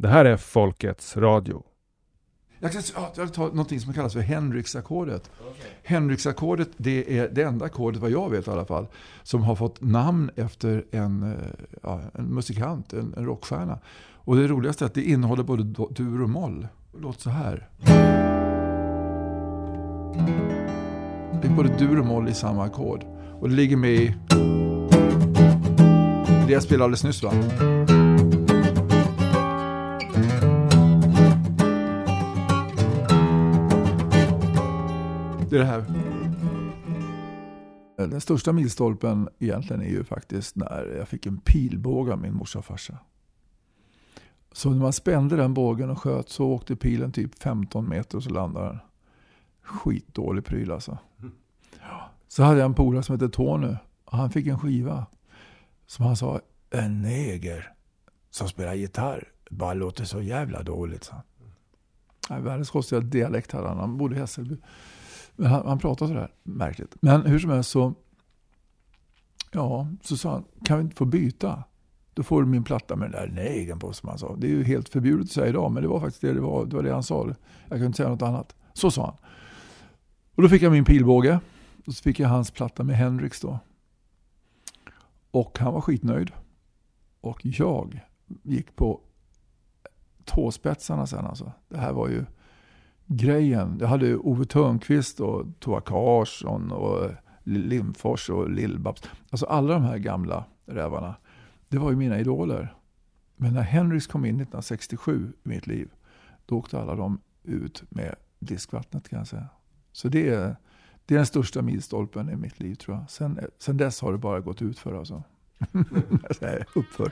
Det här är Folkets Radio. Jag kan ta något som kallas för Hendrix-ackordet. Okay. Hendrix-ackordet, det är det enda ackordet, vad jag vet i alla fall, som har fått namn efter en musikant, en rockstjärna. Och det roligaste är att det innehåller både dur och moll. Det låter så här. Det är både dur och moll i samma ackord. Och det ligger med i det jag spelade alldeles nyss, va? Det är det här. Den största milstolpen egentligen är ju faktiskt när jag fick en pilbåge av min morsa och farsa. Så när man spände den bågen och sköt så åkte pilen typ 15 meter och så landade den. Skitdålig pryl alltså. Ja. Så hade jag en polare som heter Tony. Och han fick en skiva som han sa, en neger som spelar gitarr bara låter så jävla dåligt. Så. Världens konstiga dialekt hade han. Han bodde i Hässelby. Men han pratade sådär märkligt. Men hur som helst så sa han, kan vi inte få byta? Då får du min platta med den där negern på, som han sa. Det är ju helt förbjudet att säga idag, men det var faktiskt det var det han sa. Jag kunde inte säga något annat. Så sa han. Och då fick jag min pilbåge. Och så fick jag hans platta med Hendrix då. Och han var skitnöjd. Och jag gick på tåspetsarna sen alltså. Det här var ju grejen. Jag hade Ove Thörnqvist och Tova Karsson och Limfors och Lill-Babs. Alltså alla de här gamla rävarna. Det var ju mina idoler. Men när Hendrix kom in 1967 i mitt liv, då åkte alla de ut med diskvattnet, kan jag säga. Så det är den största milstolpen i mitt liv, tror jag. Sen dess har det bara gått ut för alltså. uppför.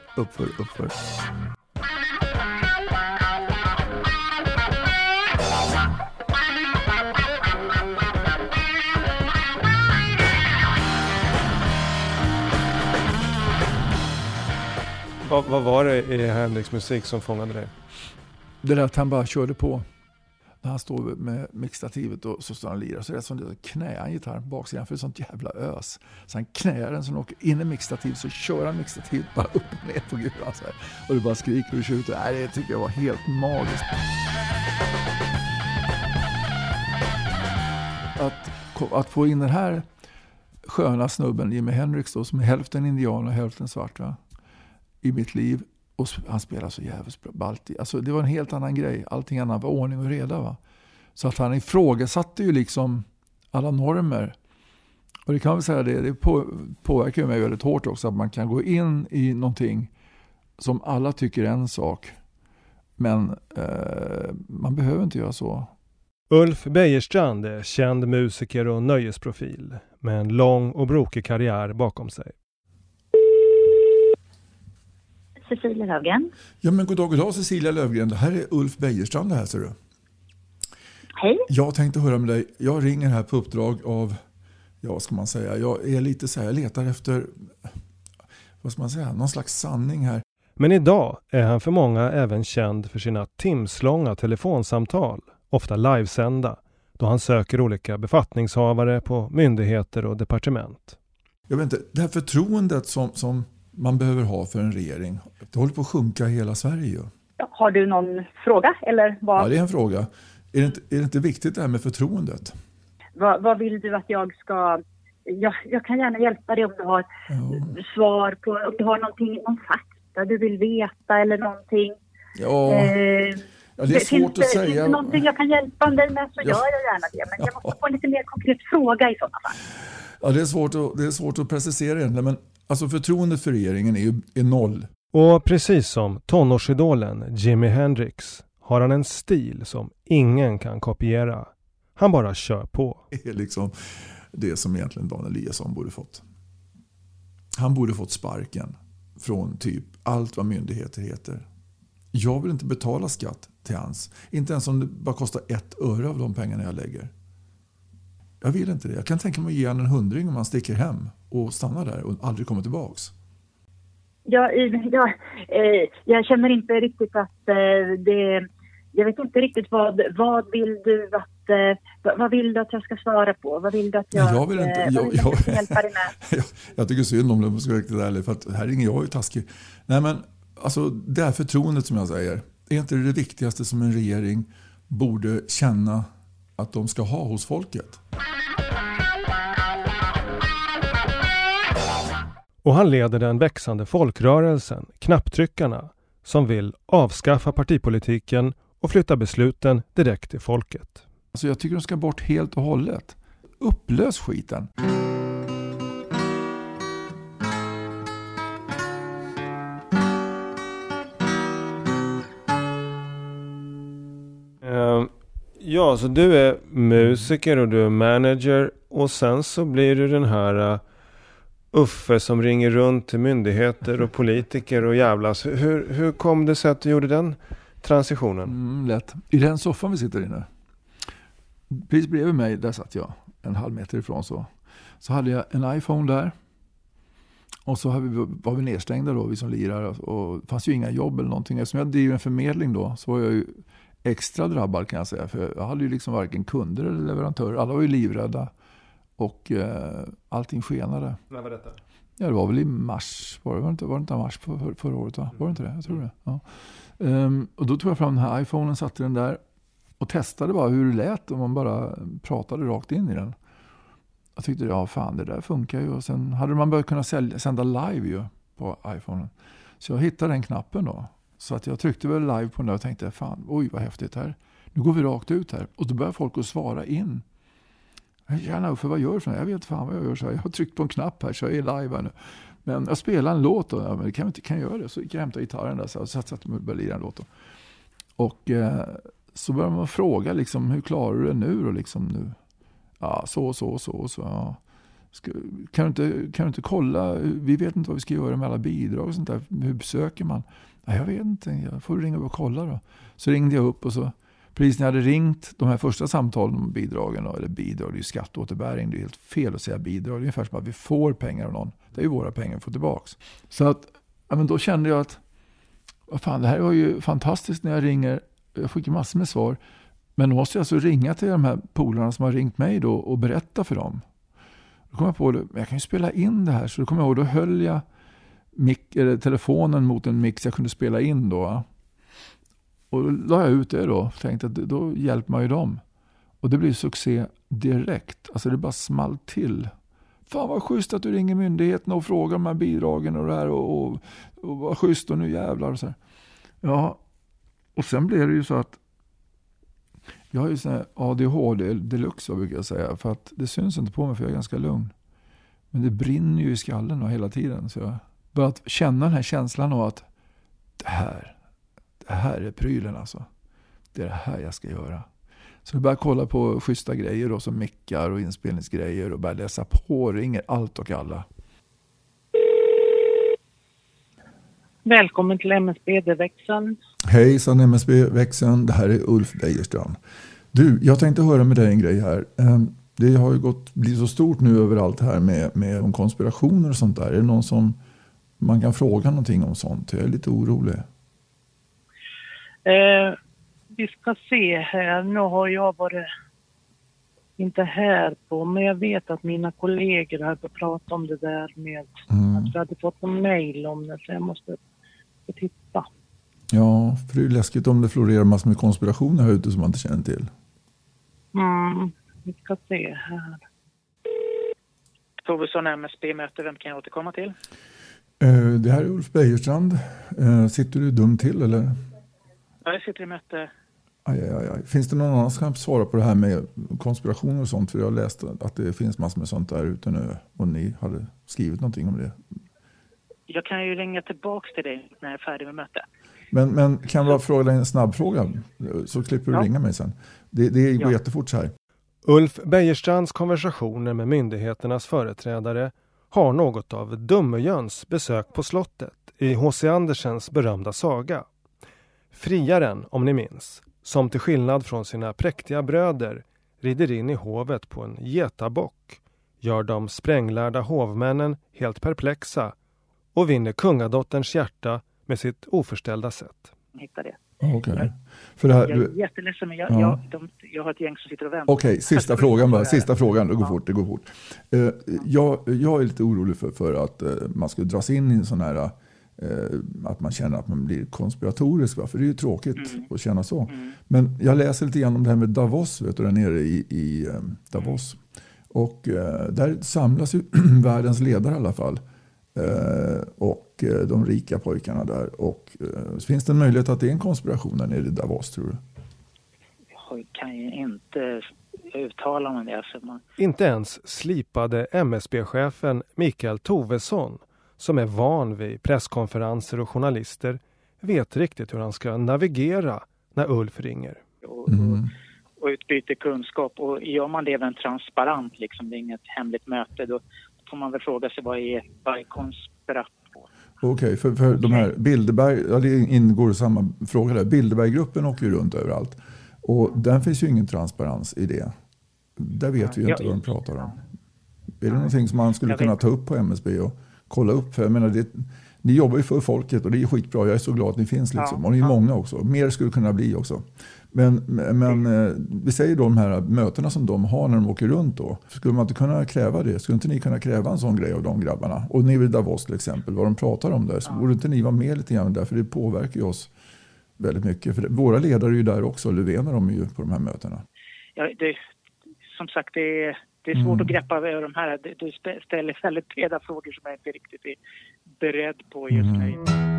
Vad var det i Hendrix musik som fångade dig? Det där att han bara körde på. När han står med mixtativet och så står han och lirar. Så är det som det knäar han gitarren på baksidan, för det är sånt jävla ös. Så han knäar den, så han åker in i mixtativet, så kör han mixtativet bara upp och ner på guran så här. Och det bara skriker och tjuter. Nej, det tycker jag var helt magiskt. Att få in den här sköna snubben, Jimi Hendrix då, som är hälften indian och hälften svart, va? I mitt liv. Och han spelar så jävligt bra. Alltså det var en helt annan grej. Allting annat var ordning och reda, va. Så att han ifrågasatte ju liksom alla normer. Och det kan väl säga det påverkar ju mig väldigt hårt också. Att man kan gå in i någonting som alla tycker är en sak. Men man behöver inte göra så. Ulf Bejerstrand är känd musiker och nöjesprofil. Med en lång och brokig karriär bakom sig. Cecilia Lövgren. Ja, men god dag Cecilia Lövgren. Det här är Ulf Bejerstrand det här, ser du. Hej. Jag tänkte höra med dig. Jag ringer här på uppdrag av, vad ska man säga, jag är lite så här, jag letar efter, vad ska man säga, någon slags sanning här. Men idag är han för många även känd för sina timslånga telefonsamtal, ofta livesända, då han söker olika befattningshavare på myndigheter och departement. Jag vet inte, det här förtroendet som man behöver ha för en regering, det håller på att sjunka i hela Sverige ju. Har du någon fråga? Eller vad? Ja, det är en fråga. Är det inte viktigt det här med förtroendet? Vad vill du att jag ska... Jag kan gärna hjälpa dig om du har svar på... Om du har någon fakta du vill veta eller någonting. Ja, det är svårt att säga. Finns det någonting jag kan hjälpa dig med, så gör jag gärna det. Men jag måste få en lite mer konkret fråga i sådana fall. Ja, det är svårt att precisera egentligen, men alltså förtroendet för regeringen är noll. Och precis som tonårsidolen Jimi Hendrix har han en stil som ingen kan kopiera. Han bara kör på. Det är liksom det som egentligen Daniel Eliasson borde fått. Han borde fått sparken från typ allt vad myndigheter heter. Jag vill inte betala skatt till hans. Inte ens om det bara kostar 1 öre av de pengarna jag lägger. Jag vill inte det. Jag kan tänka mig att ge han en 100 om han sticker hem och stannar där och aldrig kommer tillbaks. Jag känner inte riktigt att det... Jag vet inte riktigt vad vill du att... Vad vill du att jag ska svara på? Vad vill du att jag vill inte, hjälpa dig med? Jag tycker synd om det, ska vara riktigt ärlig, för att här ringer jag ju taskig. Nej, men alltså det här förtroendet som jag säger Är inte det viktigaste som en regering borde känna att de ska ha hos folket? Och han leder den växande folkrörelsen, knapptryckarna, som vill avskaffa partipolitiken och flytta besluten direkt till folket. Alltså jag tycker de ska bort helt och hållet. Upplös skiten. Ja, så du är musiker och du är manager och sen så blir du den här Uffe som ringer runt till myndigheter och politiker och jävlas. Hur kom det sig att du gjorde den transitionen? Lätt. I den soffan vi sitter inne. Precis bredvid mig, där satt jag en halv meter ifrån så hade jag en iPhone där. Och så var vi nedstängda då, vi som lirar. Och det fanns ju inga jobb eller någonting. Eftersom jag drev en förmedling då så var jag ju extra drabbad kan jag säga. För jag hade ju liksom varken kunder eller leverantörer. Alla var ju livrädda. Och allting skenade. När var detta? Ja, det var väl i mars. Var det inte mars förra året va? Var det inte det? Jag tror det. Ja. Och då tog jag fram den här iPhonen, satte den där. Och testade bara hur det lät om man bara pratade rakt in i den. Jag tyckte, ja fan det där funkar ju. Och sen hade man börjat kunna sända live ju på iPhonen. Så jag hittade den knappen då. Så att jag tryckte väl live på den där och tänkte, fan oj vad häftigt här. Nu går vi rakt ut här. Och då börjar folk att svara in. Gärna för vad gör jag? Jag vet fan vad jag gör. Så jag har tryckt på en knapp här så jag är live här nu. Men jag spelar en låt då. Ja, men kan jag göra det? Så gick jag hämta gitarren där så och satt mig och började lira en låt då. Och så börjar man fråga liksom, hur klarar du det nu då liksom nu? Ja, så. Ja. Kan du inte kolla, vi vet inte vad vi ska göra med alla bidrag och sånt där. Hur söker man? Ja, jag vet inte, jag får ringa upp och kolla då. Så ringde jag upp och så, precis när jag hade ringt de här första samtalen om bidragen, eller bidrag, det är ju skatteåterbäring, det är helt fel att säga bidrag. Det är ungefär som att vi får pengar av någon. Det är ju våra pengar vi får tillbaks. Så att, ja, men då kände jag att, vad fan, det här var ju fantastiskt när jag ringer. Jag fick ju massor med svar. Men då måste jag alltså ringa till de här polarna som har ringt mig då och berätta för dem. Då kom jag på det, jag kan ju spela in det här. Så då kom jag ihåg, då höll jag telefonen mot en mix jag kunde spela in då. Och då la jag ut det då. Tänkte att då hjälper man ju dem. Och det blir succé direkt. Alltså det bara small till. Fan vad schysst att du ringer myndigheten och frågar om de här bidragen och det här. Och vad schysst och nu jävlar och så här. Ja, och sen blev det ju så att jag har ju sån här ADHD deluxe brukar jag säga. För att det syns inte på mig för jag är ganska lugn. Men det brinner ju i skallen då hela tiden. Så jag började känna den här känslan av att det här är prylen alltså. Det är det här jag ska göra. Så jag började kolla på schyssta grejer då, som mickar och inspelningsgrejer och började läsa på, ringer allt och alla. Välkommen till MSB-växeln. Hejsan MSB-växeln, det här är Ulf Bejerstrand. Du, jag tänkte höra med dig en grej här. Det har ju blivit så stort nu överallt här med konspirationer och sånt där. Är det någon som man kan fråga någonting om sånt? Jag är lite orolig. Vi ska se här. Nu har jag varit inte här på, men jag vet att mina kollegor har pratat om det där med att jag hade fått en mejl om det, så jag måste titta. Ja, för det är läskigt om det florerar massor med konspirationer här ute som man inte känner till. Vi ska se här. Torbjörnsson MSB-möte, vem kan jag återkomma till? Det här är Ulf Bejerstrand. Sitter du dumt till eller? Ja, jag sitter i möte. Aj. Finns det någon annan som kan svara på det här med konspirationer och sånt? För jag läste att det finns massor med sånt där ute nu. Och ni hade skrivit någonting om det. Jag kan ju ringa tillbaka till dig när jag är färdig med möte. Men kan jag fråga dig en snabb fråga? Så slipper du ringa mig sen. Det går jättefort så här. Ulf Bejerstrands konversationer med myndigheternas företrädare har något av Dummerjöns besök på slottet i H.C. Andersens berömda saga. Friaren, om ni minns, som till skillnad från sina präktiga bröder rider in i hovet på en getabock, gör de spränglärda hovmännen helt perplexa och vinner kungadotterns hjärta med sitt oförställda sätt. Hitta det. Okej. För det här, jag är jätteledsen, men jag har ett gäng som sitter och väntar. Okej, sista frågan bara. Sista frågan, det går fort. Jag är lite orolig för att man skulle dras in i en sån här att man känner att man blir konspiratorisk. Va? För det är ju tråkigt att känna så. Men jag läser lite grann om det här med Davos, vet du, där nere i Davos. Och där samlas ju världens ledare i alla fall. Och de rika pojkarna där. Och finns det en möjlighet att det är en konspiration där nere i Davos, tror du? Jag kan ju inte uttala om det. Alltså Inte ens slipade MSB-chefen Mikael Tovesson, som är van vid presskonferenser och journalister, vet riktigt hur han ska navigera när Ulf ringer. Och utbyter kunskap. Och gör man det även transparent, liksom, det är inget hemligt möte, då får man väl fråga sig vad är konspiration. Okej, för de här Bilderberg, ja, det ingår i samma fråga där. Bilderberggruppen åker ju runt överallt. Och där finns ju ingen transparens i det. Där vet vi ju inte vad de pratar om. Är det någonting som man skulle kunna ta upp på MSB och kolla upp? För jag menar, ni jobbar ju för folket och det är skitbra. Jag är så glad att ni finns liksom. Och ni är många också. Mer skulle kunna bli också. Men vi säger då de här mötena som de har när de åker runt då. Skulle man inte kunna kräva det? Skulle inte ni kunna kräva en sån grej av de grabbarna? Och ni vid Davos till exempel, vad de pratar om där. Så borde inte ni vara med lite grann där? För det påverkar ju oss väldigt mycket. För våra ledare är ju där också. Löfven är de ju på de här mötena. Ja, som sagt, det är svårt att greppa över de här. Du ställer väldigt breda frågor som jag inte riktigt är beredd på just nu.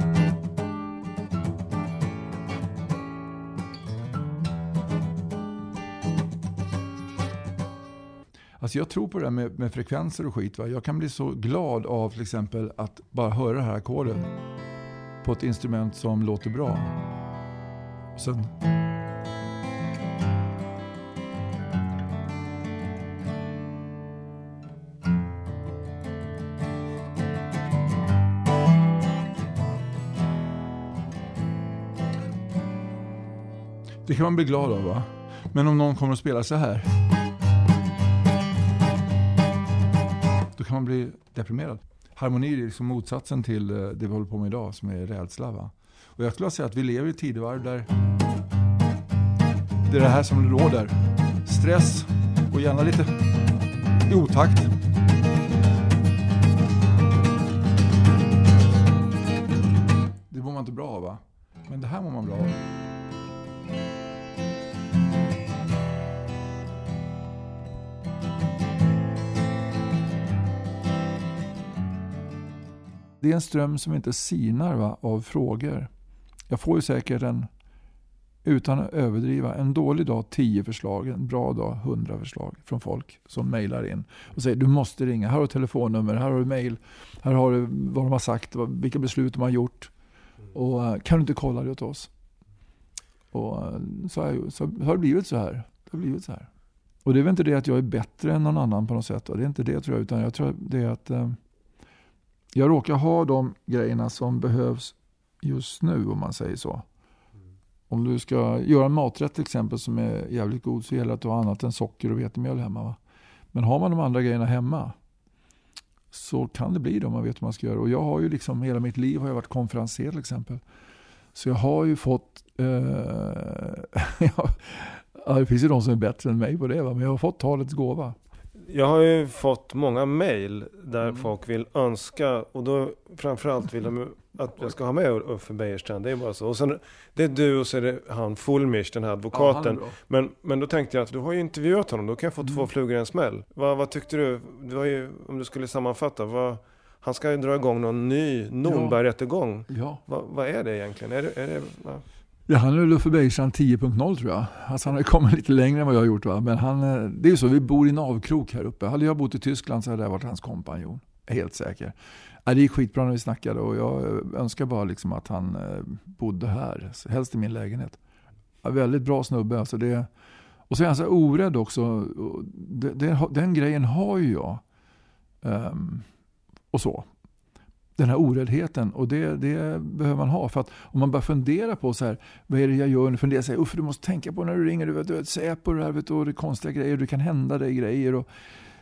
Alltså jag tror på det där med frekvenser och skit. Va? Jag kan bli så glad av till exempel att bara höra det här ackordet på ett instrument som låter bra. Och sen... Det kan man bli glad av, va? Men om någon kommer att spela så här, då kan man bli deprimerad. Harmoni är liksom motsatsen till det vi håller på med idag, som är rädsla, va? Och jag skulle säga att vi lever i ett tidevarv där det är det här som råder. Stress och gärna lite otakt. Det mår man inte bra av, va? Men det här mår man bra av. Det är en ström som inte sinar, va, av frågor. Jag får ju säkert utan att överdriva, en dålig dag 10 förslag, en bra dag 100 förslag från folk som mejlar in och säger du måste ringa, här har du telefonnummer, här har du mejl, här har du vad de har sagt, vilka beslut de har gjort, och kan du inte kolla det åt oss? Och så har det blivit så här. Och det är väl inte det att jag är bättre än någon annan på något sätt, och det är inte det, tror jag, utan jag tror det är att jag råkar ha de grejerna som behövs just nu, om man säger så. Om du ska göra en maträtt till exempel som är jävligt god, så gäller det att du har annat än socker och vetemjöl hemma, va? Men har man de andra grejerna hemma, så kan det bli det om man vet vad man ska göra. Och jag har ju liksom hela mitt liv har jag varit konferenser till exempel. Så jag har ju fått det finns ju de som är bättre än mig på det, va? Men jag har fått talets gåva. Jag har ju fått många mejl där folk vill önska, och då framförallt vill de att jag ska ha med Uffe Bejerstrand. Det är bara så. Och sen det är du och så är det han Fullmish, den här advokaten. Ja, men då tänkte jag att du har ju intervjuat honom, då kan jag få 2 flugor i en smäll. Vad tyckte du? Du har ju, om du skulle sammanfatta, han ska ju dra igång någon ny Nornberg-rättegång. Ja. Vad är det egentligen? Är det Ja, han är Uffe Bejerstrand 10.0 tror jag. Alltså han har kommit lite längre än vad jag har gjort, va? Men det är ju så, vi bor i en avkrok här uppe. Hade jag bott i Tyskland så hade jag varit hans kompanjon. Helt säker. Det gick skitbra när vi snackade, och jag önskar bara liksom att han bodde här. Helst i min lägenhet. Väldigt bra snubbe. Alltså det, och så är han så orädd också. Den grejen har ju jag. Och så. Den här oräddheten, och det behöver man ha, för att om man bara funderar på så här, vad är det jag gör nu, funderar sig, du måste tänka på när du ringer, du vet, säg på det här, vet du, och det är konstiga grejer, du kan hända dig grejer, och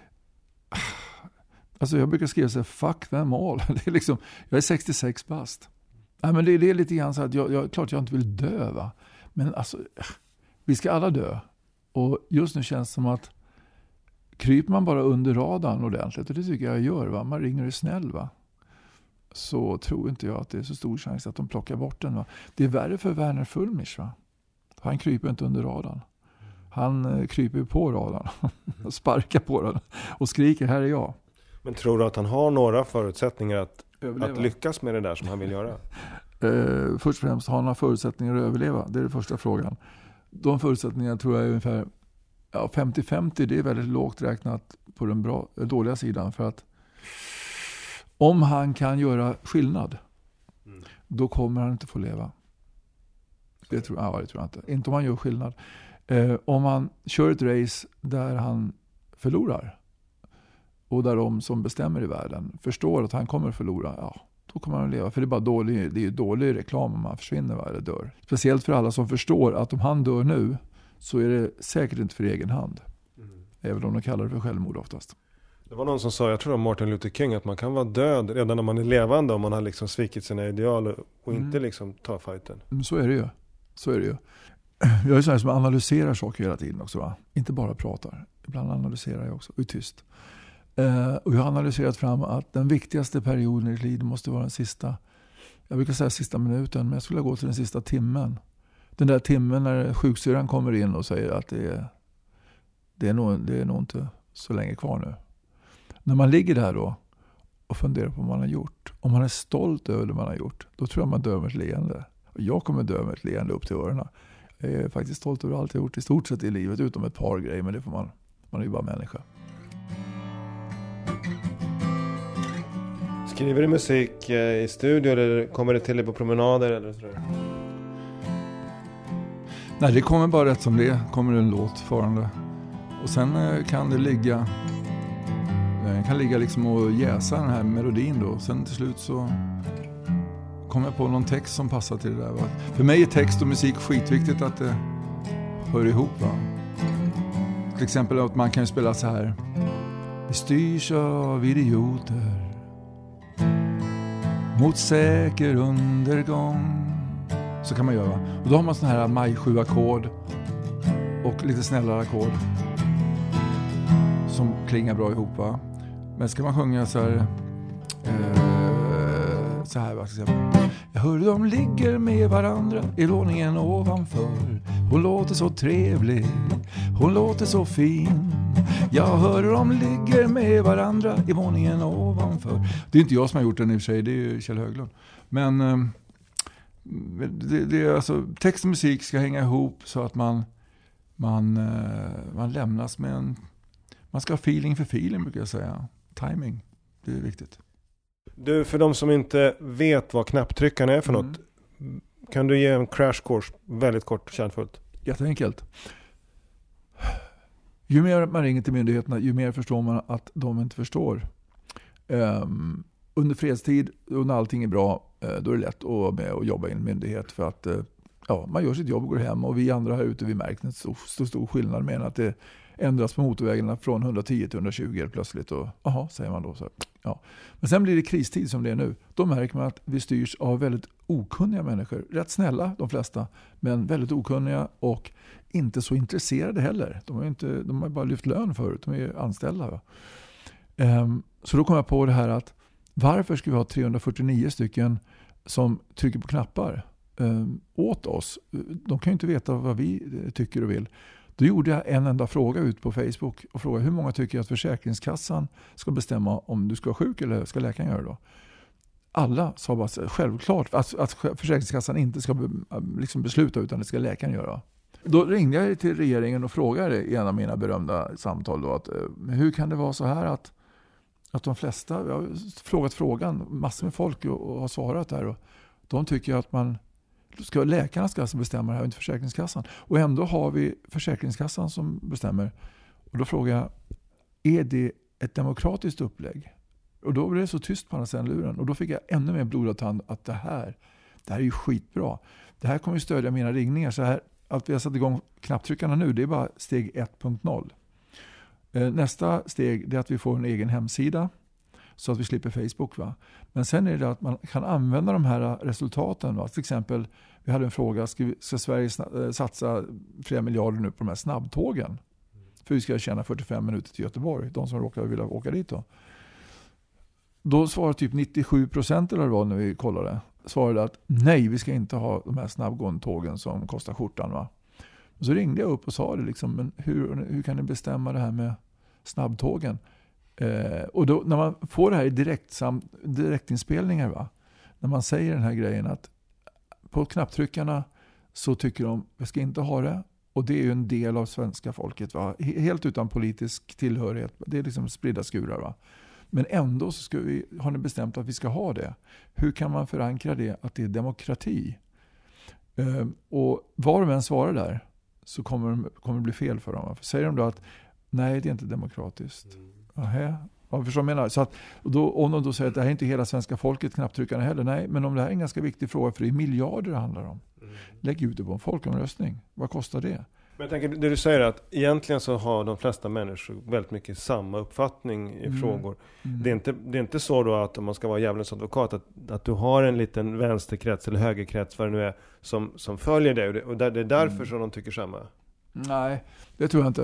alltså jag brukar skriva så här, fuck them all. Det är liksom, jag är 66 bast. Nej, men det är lite grann så att klart jag inte vill dö, va, men alltså vi ska alla dö, och just nu känns det som att kryper man bara under radarn ordentligt, och det tycker jag gör, va, man ringer är snäll, va. så tror inte jag att det är så stor chans att de plockar bort den. Va? Det är värre för Werner Fulmich. Va? Han kryper inte under radarn. Han kryper på radarn och sparkar på den och skriker, här är jag. Men tror du att han har några förutsättningar att lyckas med det där som han vill göra? Först och främst har han några förutsättningar att överleva. Det är den första frågan. De förutsättningarna tror jag är ungefär 50-50. Det är väldigt lågt räknat på den dåliga sidan. För att om han kan göra skillnad, då kommer han inte få leva. Det tror jag inte. Inte om han gör skillnad. Om han kör ett race där han förlorar och där de som bestämmer i världen förstår att han kommer förlora, då kommer han att leva. För det är ju dålig reklam om han försvinner eller dör. Speciellt för alla som förstår att om han dör nu så är det säkert inte för egen hand. Även om de kallar det för självmord oftast. Det var någon som sa, jag tror det var Martin Luther King, att man kan vara död redan när man är levande om man har liksom svikit sina ideal och inte liksom tar fighten. Så är det ju. Jag är sån här som analyserar saker hela tiden också. Va? Inte bara pratar. Ibland analyserar jag också. Och är tyst. Och jag har analyserat fram att den viktigaste perioden i ditt liv måste vara den sista. Jag brukar säga sista minuten. Men jag skulle gå till den sista timmen. Den där timmen när sjuksyrran kommer in och säger att det är nog inte så länge kvar nu. När man ligger där då och funderar på vad man har gjort. Om man är stolt över det man har gjort. Då tror jag man dör med ett leende. Och jag kommer dö med ett leende upp till öronen. Jag är faktiskt stolt över allt jag gjort i stort sett i livet. Utom ett par grejer, men det får man är ju bara människa. Skriver du musik i studio eller kommer det till dig på promenader eller så? Nej, det kommer bara rätt som det kommer en låt farande. Och sen kan det ligga liksom och jäsa den här melodin då. Sen till slut så kommer jag på någon text som passar till det där. Va? För mig är text och musik skitviktigt att det hör ihop. Va? Till exempel att man kan spela så här. Vi styrs av idioter mot säker undergång. Så kan man göra. Och då har man sån här maj 7-ackord och lite snällare ackord som klingar bra ihop. Va? Men ska man sjunga så här så här, va? Jag hör de ligger med varandra i våningen ovanför. Hon låter så trevlig, hon låter så fin. Jag hör de ligger med varandra i våningen ovanför. Det är inte jag som har gjort den i och för sig, det är ju Kjell Höglund. Men det är alltså, text och musik ska hänga ihop så att man lämnas med man ska ha feeling för feeling, brukar jag säga. Timing, det är viktigt. Du, för de som inte vet vad knapptryckarna är för något, kan du ge en crash course väldigt kort och kärnfullt? Jätteenkelt. Ju mer man ringer till myndigheterna, ju mer förstår man att de inte förstår. Under fredstid, när allting är bra, då är det lätt att vara med och jobba i en myndighet för att man gör sitt jobb och går hem. Och vi andra här ute, vi märker en stor skillnad med att det ändras på motorvägarna från 110 till 120 plötsligt. Och säger man då. Så, ja. Men sen blir det kristid som det är nu. Då märker man att vi styrs av väldigt okunniga människor. Rätt snälla, de flesta. Men väldigt okunniga och inte så intresserade heller. De har bara lyft lön förut. De är anställda. Så då kom jag på det här att varför ska vi ha 349 stycken som trycker på knappar åt oss? De kan ju inte veta vad vi tycker och vill. Då gjorde jag en enda fråga ut på Facebook och frågade hur många tycker att Försäkringskassan ska bestämma om du ska vara sjuk eller ska läkaren göra det då? Alla sa bara självklart att Försäkringskassan inte ska liksom besluta utan det ska läkaren göra. Då ringde jag till regeringen och frågade i en av mina berömda samtal då att hur kan det vara så här att de flesta, jag har frågat frågan, massor med folk och har svarat där och de tycker att läkarna ska alltså bestämma det här, inte Försäkringskassan. Och ändå har vi Försäkringskassan som bestämmer. Och då frågar jag, är det ett demokratiskt upplägg? Och då blev det så tyst på den luren. Och då fick jag ännu mer blodad tand att det här är ju skitbra. Det här kommer ju stödja mina ringningar. Så här, att vi har satt igång knapptryckarna nu, det är bara steg 1.0. Nästa steg är att vi får en egen hemsida så att vi slipper Facebook. Va? Men sen är det att man kan använda de här resultaten. Va? Till exempel, vi hade en fråga, ska Sverige satsa flera miljarder nu på de här snabbtågen? För vi ska tjäna 45 minuter till Göteborg, de som råkar vilja åka dit då. Då svarade typ 97% eller vad det var när vi kollade. Svarade att nej, vi ska inte ha de här snabbgående tågen som kostar skjortan, va. Och så ringde jag upp och sa det liksom, men hur kan ni bestämma det här med snabbtågen? Och då när man får det här i direktinspelningar, va. När man säger den här grejen att på knapptryckarna så tycker de vi ska inte ha det. Och det är ju en del av svenska folket, va. Helt utan politisk tillhörighet. Det är liksom spridda skurar, va. Men ändå så har ni bestämt att vi ska ha det. Hur kan man förankra det att det är demokrati? Och var de än svarar där så kommer det bli fel för dem. För säger de då att nej, det är inte demokratiskt. Ja, förstår jag menar. Så att, om de då säger att det här är inte hela svenska folket, knapptryckarna heller. Nej, men om det här är en ganska viktig fråga, för det är miljarder det handlar om. Lägg ut det på en folkomröstning. Vad kostar det? Men jag tänker, det du säger att egentligen så har de flesta människor väldigt mycket samma uppfattning i frågor. Det är inte så då att om man ska vara djävulens advokat att du har en liten vänsterkrets eller högerkrets, vad det nu är, som följer dig och det är därför som de tycker samma. Nej, det tror jag inte.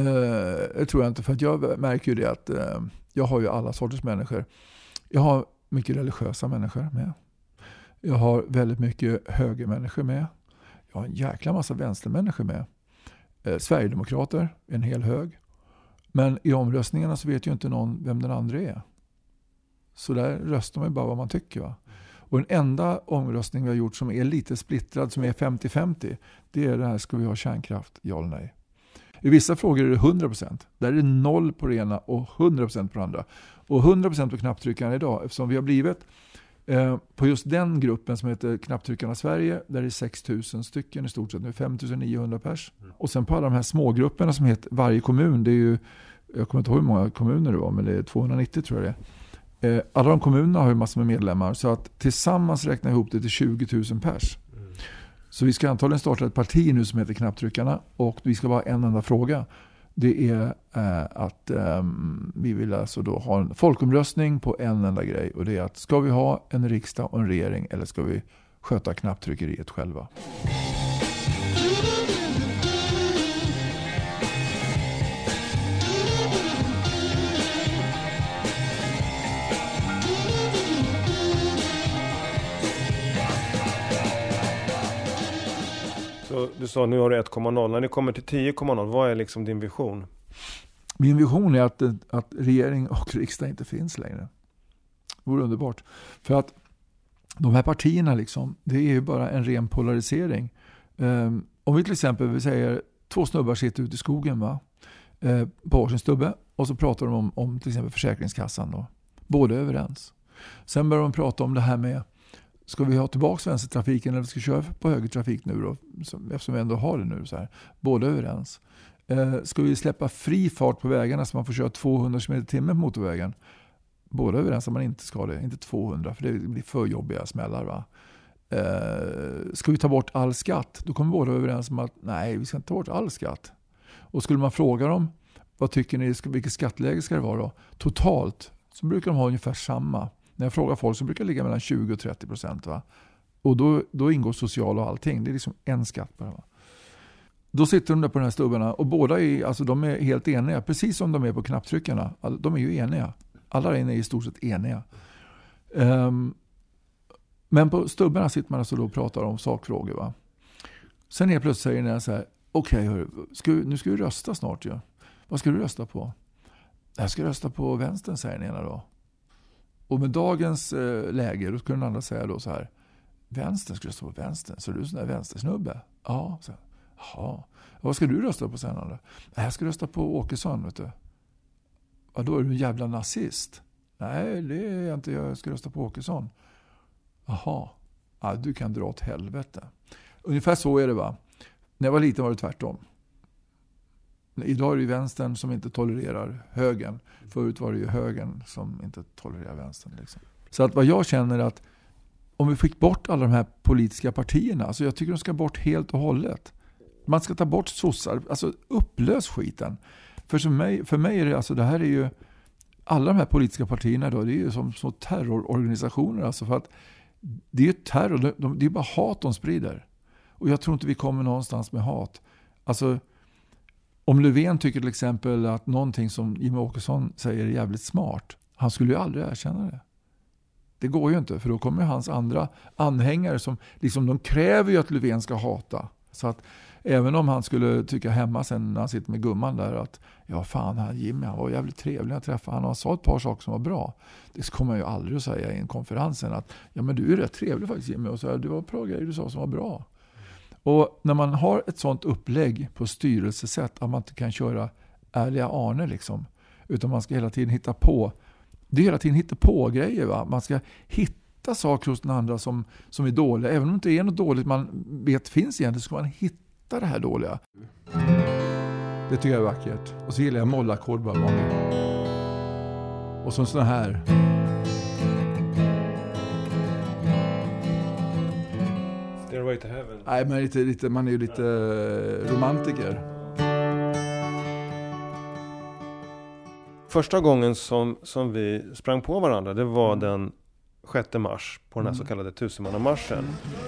För att jag märker ju det att jag har ju alla sorters människor. Jag har mycket religiösa människor med. Jag har väldigt mycket högermänniskor med. Jag har en jäkla massa vänstermänniskor med. Sverigedemokrater, en hel hög. Men i omröstningarna så vet ju inte någon vem den andra är. Så där röstar man ju bara vad man tycker, va. Och den enda omröstning vi har gjort som är lite splittrad, som är 50-50, det är det här: ska vi ha kärnkraft, ja eller nej. I vissa frågor är det 100%. Där är det 0 på det ena och 100% på det andra. Och 100% på knapptryckarna idag, eftersom vi har blivit på just den gruppen som heter Knapptryckarna Sverige, där är det 6 000 stycken i stort sett nu, 5 900 pers. Och sen på alla de här smågrupperna som heter varje kommun, det är ju, jag kommer inte ihåg hur många kommuner det var, men det är 290 tror jag det är. Alla de kommunerna har ju massor med medlemmar, så att tillsammans räknar ihop det till 20 000 pers. Så vi ska antagligen starta ett parti nu som heter Knapptryckarna, och vi ska bara en enda fråga. Det är att vi vill alltså då ha en folkomröstning på en enda grej, och det är att ska vi ha en riksdag och en regering, eller ska vi sköta knapptryckeriet själva? Så du sa nu har du 1,0. När ni kommer till 10,0, vad är liksom din vision? Min vision är att regering och riksdag inte finns längre. Det vore underbart. För att de här partierna liksom, det är ju bara en ren polarisering. Om vi till exempel vi säger 2 snubbar sitter ute i skogen, va? På varsin stubbe, och så pratar de om till exempel Försäkringskassan då. Båda är överens. Sen börjar de prata om det här med, ska vi ha tillbaka vänstertrafiken eller ska vi köra på högertrafik nu då? Eftersom vi ändå har det nu så här. Båda är överens. Ska vi släppa fri fart på vägarna så man får köra 200 km/h på motorvägen? Båda är överens att man inte ska det. Inte 200, för det blir för jobbiga smällar, va? Ska vi ta bort all skatt? Då kommer båda överens om att nej, vi ska inte ta bort all skatt. Och skulle man fråga dem, vad tycker ni, vilket skatteläge ska det vara då? Totalt så brukar de ha ungefär samma. När jag frågar folk så brukar det ligga mellan 20-30%, va? Och då ingår social och allting. Det är liksom en skatt bara, va? Då sitter de där på de här stubbarna och båda är, alltså de är helt eniga. Precis som de är på knapptryckarna. De är ju eniga. Alla där inne är i stort sett eniga. Men på stubbarna sitter man alltså då och pratar om sakfrågor, va? Sen är plötsligt säger ni så här: okej, nu ska vi rösta snart ju. Vad ska du rösta på? Jag ska rösta på vänstern, säger ni ena då. Och med dagens läge, då skulle den andra säga då så här: vänstern, ska rösta på vänstern? Så är du sån där vänstersnubbe? Ja, så. Jaha. Vad ska du rösta på sen, andra? Jag ska rösta på Åkesson, vet du. Ja, då är du en jävla nazist. Nej, det är jag inte. Jag ska rösta på Åkesson. Jaha. Ja, du kan dra åt helvete. Ungefär så är det, va? När jag var liten var det tvärtom. Idag är det ju vänstern som inte tolererar högern. Förut var det ju högern som inte tolererar vänstern. Liksom. Så att vad jag känner är att om vi fick bort alla de här politiska partierna, alltså jag tycker de ska bort helt och hållet. Man ska ta bort sossar, alltså upplös skiten. För mig är det, alltså det här är ju, alla de här politiska partierna då, det är ju som terrororganisationer, alltså för att det är ju terror, det är bara hat de sprider. Och jag tror inte vi kommer någonstans med hat. Alltså om Löfven tycker till exempel att någonting som Jimmie Åkesson säger är jävligt smart, Han skulle ju aldrig erkänna det. Det går ju inte, för då kommer hans andra anhängare som liksom, de kräver ju att Löfven ska hata. Så att även om han skulle tycka hemma sen när han sitter med gumman där att ja fan, han Jimmy, han var jävligt trevlig att träffa. Han har sa ett par saker som var bra. Det kommer jag ju aldrig att säga i en konferensen att ja men du är rätt trevlig faktiskt Jimmy. Och så här, det var ett par grejer du sa som var bra. Och när man har ett sånt upplägg på styrelsesätt att man inte kan köra ärliga Arne liksom. Utan man ska hela tiden hitta på. Det är hela tiden hitta på grejer va. Man ska hitta saker hos den andra som är dåliga. Även om det inte är något dåligt man vet finns egentligen, så ska man hitta det här dåliga. Det tycker jag är vackert. Och så gillar jag mollackord bara vanligt. Och så såna här. Stairway to Heaven. Nej, men man är ju lite romantiker. Första gången som vi sprang på varandra, det var den 6 mars på den här så kallade 1000-mannamarschen.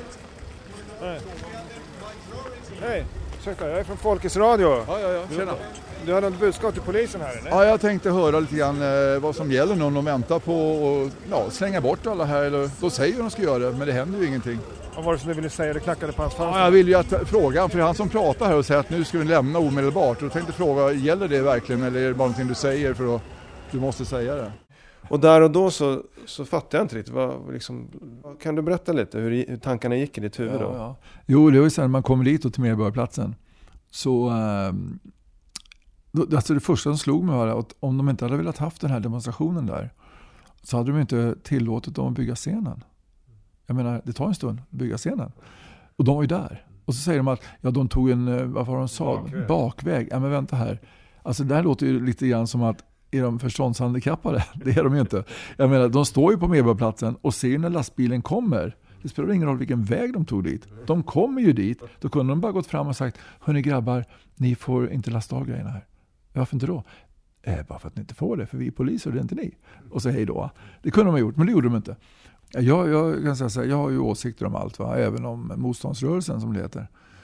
Hej, ursäkta, jag är från Folkets Radio. Ja, tjena. Du hade ett budskap till polisen här, eller? Ja, jag tänkte höra lite grann vad som gäller när de väntar på att slänga bort alla här. Eller, då säger de ska göra det, men det händer ju ingenting. Vad var det som du ville säga? Det knackade på hans fönster. Ja, jag vill ju fråga, för det är han som pratar här och säger att nu ska vi lämna omedelbart. Och då tänkte fråga, gäller det verkligen eller är det bara någonting du säger för att du måste säga det? Och där och då så fattade jag inte riktigt. Kan du berätta lite hur tankarna gick i ditt huvud då? Ja. Jo, det var ju så när man kommer dit och till Medborgarplatsen. Så alltså det första som slog mig var att om de inte hade velat haft den här demonstrationen där, så hade de inte tillåtit dem att bygga scenen. Jag menar, det tar en stund att bygga scenen. Och de var ju där. Och så säger de att de tog en, vad var de sa? Bakväg. Ja, men vänta här. Alltså det här låter ju lite grann som att är de förståndshandikappade? Det är de ju inte. Jag menar, de står ju på Medborgarplatsen och ser när lastbilen kommer. Det spelar ingen roll vilken väg de tog dit. De kommer ju dit. Då kunde de bara gått fram och sagt, hörni grabbar, ni får inte lasta av grejerna här. Varför inte då? Bara för att ni inte får det, för vi är poliser och det är inte ni. Och så hej då. Det kunde de ha gjort, men det gjorde de inte. Jag kan säga så här, jag har ju åsikter om allt, va? Även om motståndsrörelsen som det heter.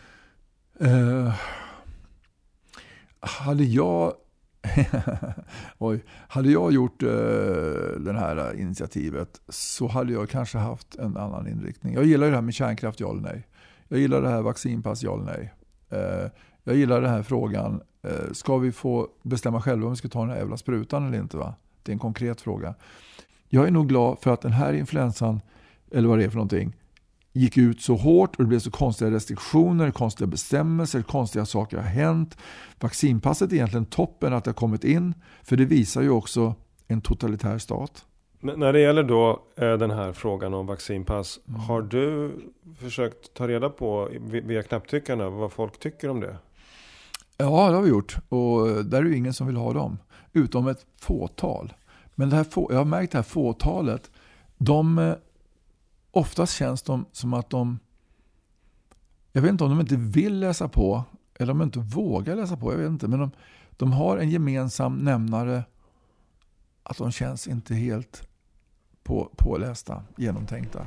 Hade jag gjort det här initiativet så hade jag kanske haft en annan inriktning. Jag gillar det här med kärnkraft, ja eller nej. Jag gillar det här vaccinpass, ja eller nej. Jag gillar den här frågan, ska vi få bestämma själva om vi ska ta den här jävla sprutan eller inte, va? Det är en konkret fråga. Jag är nog glad för att den här influensan, eller vad det är för någonting, gick ut så hårt och det blev så konstiga restriktioner, konstiga bestämmelser, konstiga saker har hänt. Vaccinpasset är egentligen toppen att det har kommit in, för det visar ju också en totalitär stat. När det gäller då den här frågan om vaccinpass, har du försökt ta reda på via knapptryckarna vad folk tycker om det? Ja, det har vi gjort. Och där är ju ingen som vill ha dem, utom ett fåtal. Men det här jag har märkt det här fåtalet, oftast känns de som att jag vet inte om de inte vill läsa på eller om de inte vågar läsa på, jag vet inte. Men de har en gemensam nämnare att de känns inte helt pålästa, genomtänkta.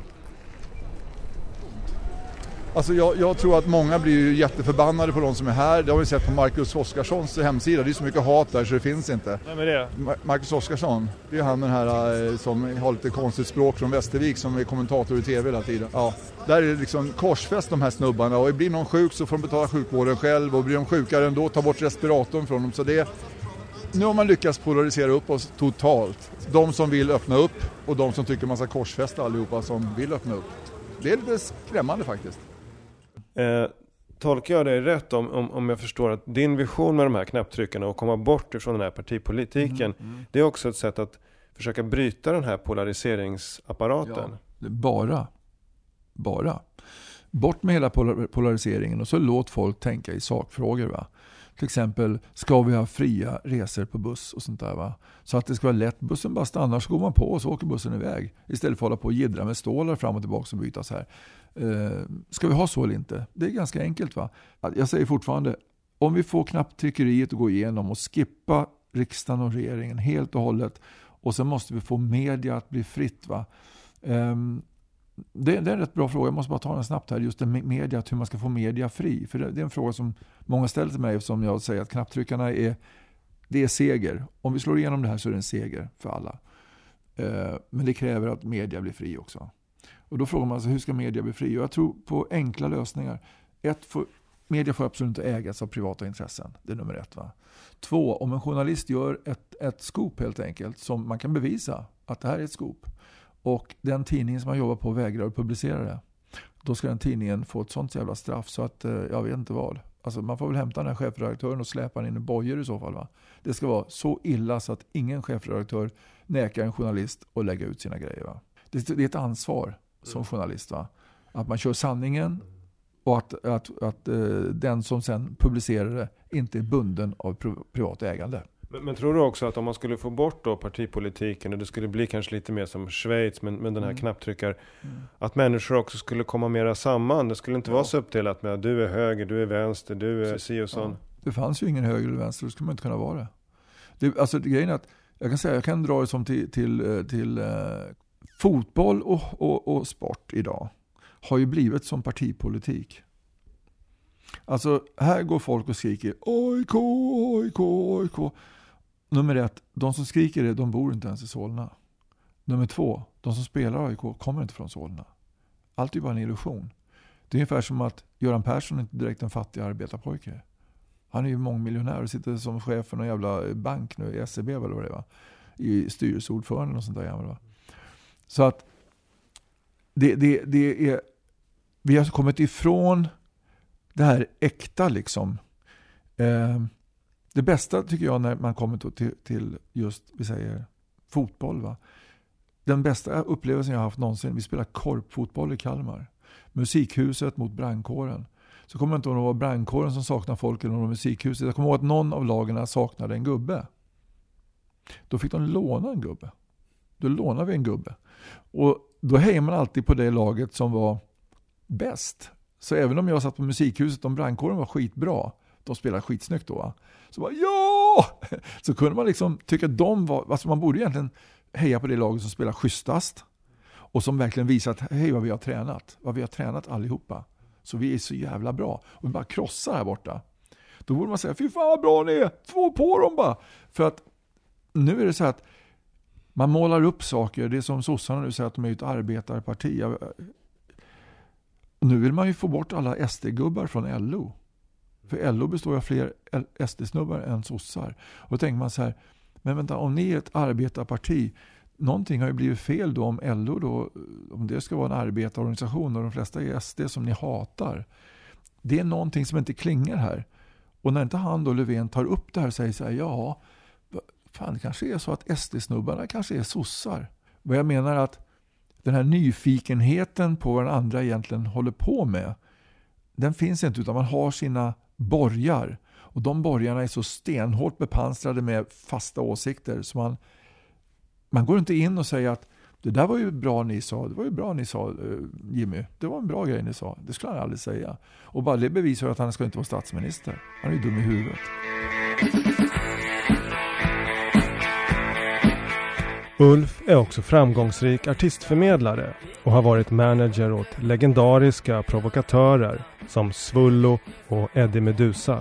Alltså jag tror att många blir ju jätteförbannade på de som är här. Det har vi sett på Marcus Oskarssons hemsida. Det är så mycket hat där så det finns inte. Vem är det? Marcus Oskarsson. Det är han den här som har lite konstigt språk från Västervik som är kommentator i tv hela tiden. Ja, där är det liksom korsfäst de här snubbarna. Och blir någon sjuk så får de betala sjukvården själv. Och blir de sjukare ändå, ta bort respiratorn från dem. Så nu har man lyckats polarisera upp oss totalt. De som vill öppna upp och de som tycker man ska korsfästa allihopa som vill öppna upp. Det är lite skrämmande faktiskt. Tolkar jag det rätt om jag förstår att din vision med de här knapptryckarna och komma bort ifrån den här partipolitiken, det är också ett sätt att försöka bryta den här polariseringsapparaten? Ja, bara. Bort med hela polariseringen och så låt folk tänka i sakfrågor, va? Till exempel, ska vi ha fria resor på buss och sånt där, va? Så att det ska vara lätt. Bussen bara stannar, så går man på och så åker bussen iväg. Istället för att hålla på och jiddra med stålar fram och tillbaka och bytas här. Ska vi ha så eller inte? Det är ganska enkelt, va? Jag säger fortfarande, om vi får knapptryckeriet att gå igenom och skippa riksdagen och regeringen helt och hållet, och sen måste vi få media att bli fritt, va? Det är en rätt bra fråga. Jag måste bara ta den snabbt här. Just det med media, hur man ska få media fri. För det är en fråga som många ställer till mig, som jag säger att knapptryckarna det är seger. Om vi slår igenom det här så är det en seger för alla. Men det kräver att media blir fri också. Och då frågar man sig, hur ska media bli fri? Och jag tror på enkla lösningar. Media får absolut inte ägas av privata intressen. Det är nummer 1. 2, om en journalist gör ett scoop helt enkelt, som man kan bevisa att det här är ett scoop, och den tidningen som man jobbar på vägrar att publicera det, då ska den tidningen få ett sånt jävla straff så att jag vet inte vad. Alltså man får väl hämta den här chefredaktören och släpa in i bojor i så fall. Det ska vara så illa så att ingen chefredaktör nekar en journalist att lägga ut sina grejer. Det är ett ansvar som journalist. Att man kör sanningen och att den som sen publicerar det inte är bunden av privat ägande. Men tror du också att om man skulle få bort då partipolitiken och det skulle bli kanske lite mer som Schweiz med den här knapptryckar, att människor också skulle komma mera samman? Det skulle inte vara så uppdelat med att du är höger, du är vänster, du är si och sån. Det fanns ju ingen höger eller vänster, det skulle man inte kunna vara det. Alltså grejen är att jag kan dra det som till fotboll och sport idag har ju blivit som partipolitik. Alltså här går folk och skriker AIK, AIK, AIK. Nummer 1, de som skriker det, de bor inte ens i Solna. Nummer 2, de som spelar AIK kommer inte från Solna. Allt är bara en illusion. Det är ungefär som att Göran Persson är inte direkt en fattig arbetarpojke. Han är ju mångmiljonär och sitter som chef för någon jävla bank nu i SEB eller vad det var. I styrelseordförande och sånt där jävla. Så att det är, vi har kommit ifrån det här äkta liksom. Det bästa tycker jag när man kommer till just, vi säger, fotboll. Den bästa upplevelsen jag har haft någonsin, vi spelar korpfotboll i Kalmar. Musikhuset mot brandkåren. Så kommer jag inte ihåg om det var brandkåren som saknar folk eller någon musikhuset. Jag kommer ihåg att någon av lagarna saknade en gubbe. Då fick de låna en gubbe. Då lånade vi en gubbe. Och då hejar man alltid på det laget som var bäst. Så även om jag satt på musikhuset och brandkåren var skitbra, de spelade skitsnyggt då. Så bara, ja! Så kunde man liksom tycka att de var, alltså man borde egentligen heja på det laget som spelar schysstast. Och som verkligen visar att, hej vad vi har tränat. Vad vi har tränat allihopa. Så vi är så jävla bra. Och vi bara krossar här borta. Då borde man säga, fy fan vad bra ni är. 2 på dem bara. För att nu är det så att man målar upp saker. Det är som sossarna nu säger att de är ett arbetarparti. Nu vill man ju få bort alla SD-gubbar från LO. För LO består av fler SD-snubbar än sossar. Och då tänker man så här, men vänta, om ni är ett arbetarparti, någonting har ju blivit fel då om LO då, om det ska vara en arbetarorganisation och de flesta är SD som ni hatar. Det är någonting som inte klingar här. Och när inte han då Löfven tar upp det här och säger så här, ja, fan det kanske är så att SD-snubbarna kanske är sossar. Vad jag menar att den här nyfikenheten på vad den andra egentligen håller på med, den finns inte, utan man har sina borgar. Och de borgarna är så stenhårt bepansrade med fasta åsikter så man går inte in och säger att det där var ju bra ni sa, det var ju bra ni sa Jimmy, det var en bra grej ni sa, det skulle han aldrig säga. Och bara det bevisar att han ska inte vara statsminister. Han är ju dum i huvudet. Ulf är också framgångsrik artistförmedlare och har varit manager åt legendariska provokatörer som Svullo och Eddie Meduza.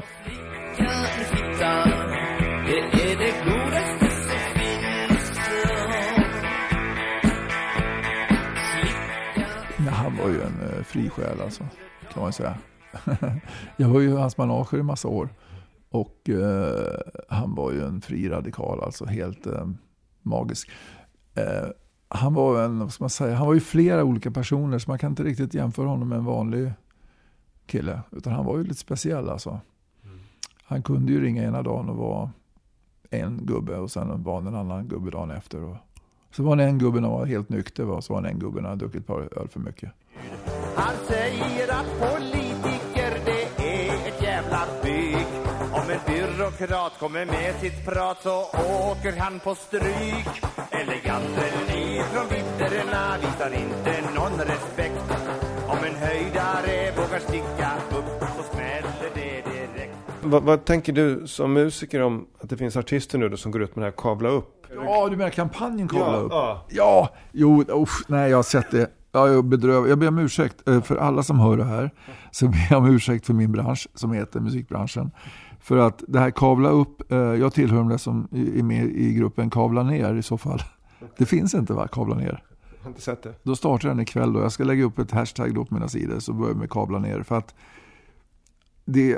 Ja, han var ju en fri själ alltså, kan man säga. Jag var ju hans manager i massa år och han var ju en fri radikal, alltså helt magisk. Han var en, vad ska man säga, han var ju flera olika personer så man kan inte riktigt jämföra honom med en vanlig kille, utan han var ju lite speciell alltså. Han kunde ju ringa ena dagen och vara en gubbe och sen var en annan gubbe dagen efter. Och så var en gubbe när han var helt nykter och så var en gubbe när han druckit ett par öl för mycket. Han säger att politiker det är ett jävla bygg. Om en byråkrat kommer med sitt prat så åker han på stryk. Eleganten ifrån vidderna visar inte någon respekt. Om en höjdare vågar sticka upp så smäller det direkt. Vad tänker du som musiker om att det finns artister nu då som går ut med det här kavla upp? Ja, du menar kampanjen kavla upp? Ja. Nej, jag har sett det. Jag ber om ursäkt för alla som hör det här. Så ber jag om ursäkt för min bransch som heter musikbranschen. För att det här kavla upp, jag tillhör de som är med i gruppen kavla ner i så fall. Det finns inte, va? Kabla ner. Jag har inte sett det. Då startar den ikväll då. Jag ska lägga upp ett hashtag då på mina sidor, så börjar vi med kabla ner. För att det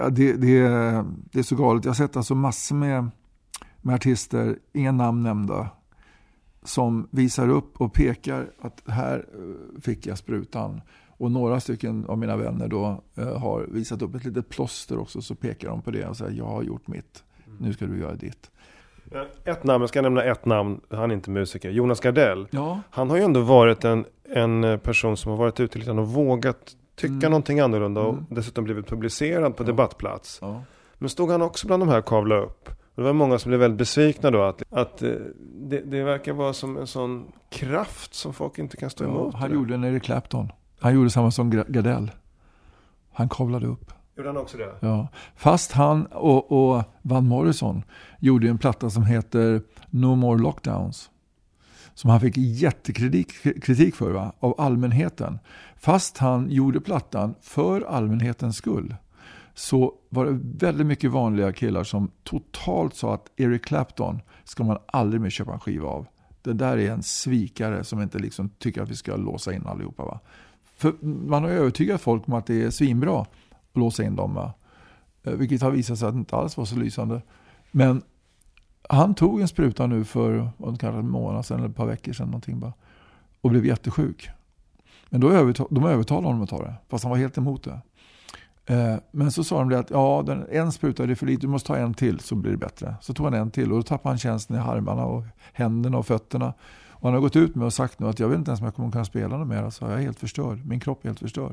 är så galet. Jag har sett alltså massor med artister, inga namn nämnda, som visar upp och pekar att här fick jag sprutan. Och några stycken av mina vänner då har visat upp ett litet plåster också, så pekar de på det och säger jag har gjort mitt, nu ska du göra ditt. Ett namn, jag ska nämna ett namn, han är inte musiker, Jonas Gardell. Ja. Han har ju ändå varit en person som har varit ute lite och vågat tycka någonting annorlunda och dessutom blivit publicerad på debattplats. Ja. Men stod han också bland de här kavla upp? Och det var många som blev väldigt besvikna då att det verkar vara som en sån kraft som folk inte kan stå emot. Han gjorde en Eric Clapton. Han gjorde samma som Gardell. Han kavlade upp. Gjorde han också det? Ja. Fast han och Van Morrison gjorde en platta som heter No More Lockdowns. Som han fick jättekritik för, va? Av allmänheten. Fast han gjorde plattan för allmänhetens skull, så var det väldigt mycket vanliga killar som totalt sa att Eric Clapton ska man aldrig mer köpa en skiva av. Det där är en svikare som inte liksom tycker att vi ska låsa in allihopa, va? För man har övertygat folk om att det är svinbra att låsa in dem, va? Vilket har visat sig att det inte alls var så lysande. Men han tog en spruta nu för kanske en månad sedan eller ett par veckor sedan någonting, bara, och blev jättesjuk. Men de övertalade honom att ta det, fast han var helt emot det. Men så sa de det att en spruta är det för lite, du måste ta en till så blir det bättre. Så tog han en till och då tappade han känslan i armarna och händerna och fötterna. Och han har gått ut med och sagt nu att jag vet inte ens om jag kommer kunna spela något mer. Alltså, jag är helt förstörd, min kropp är helt förstörd.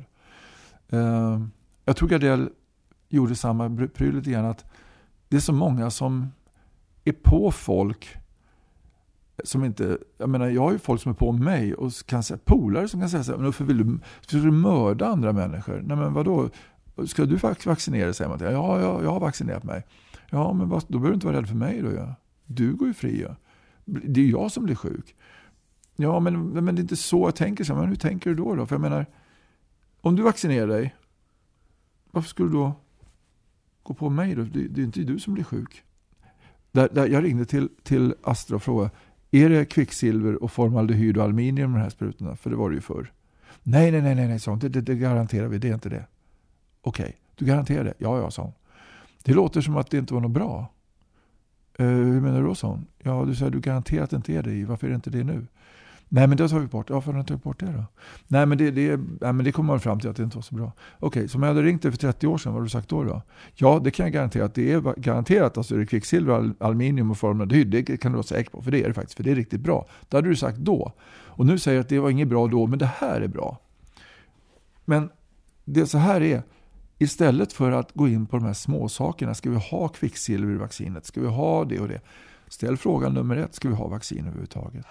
Jag tror Gardell gjorde samma pryl lite grann, att det är så många som är på folk som inte, jag menar, jag har ju folk som är på mig och kan säga, polare som kan säga så här, men varför vill du mörda andra människor? Nej, men vadå? Ska du vaccinera dig? Säger man till. Ja, jag har vaccinerat mig. Ja, men då behöver du inte vara rädd för mig då. Ja. Du går ju fri. Ja. Det är jag som blir sjuk. Ja, men det är inte så jag tänker. Så. Men hur tänker du då? För jag menar, om du vaccinerar dig, varför skulle du då gå på mig då? Det är inte du som blir sjuk. Jag ringde till Astra och frågade, är det kvicksilver och formaldehyd och aluminium med de här sprutorna? För det var det ju förr. Nej, sa hon. Det garanterar vi, det är inte det. Okej, du garanterar det? Ja, sa hon. Det låter som att det inte var något bra. Hur menar du då, sa hon? Ja, du säger du garanterar att det inte är det. Varför är det inte det nu? Nej, men det tar vi bort. Ja, varför har du tagit bort det då? Nej, men det kommer man fram till att det inte var så bra. Okej, så om jag hade ringt dig för 30 år sedan, vad har du sagt då? Ja, det kan jag garantera att det är garanterat. Alltså är det kvicksilver, aluminium och formaldehyd, det kan du vara säker på. För det är det faktiskt, för det är riktigt bra. Det hade du sagt då. Och nu säger jag att det var inget bra då, men det här är bra. Men det så här är, istället för att gå in på de här små sakerna, ska vi ha kvicksilver i vaccinet? Ska vi ha det och det? Ställ frågan nummer 1, ska vi ha vaccin överhuvudtaget?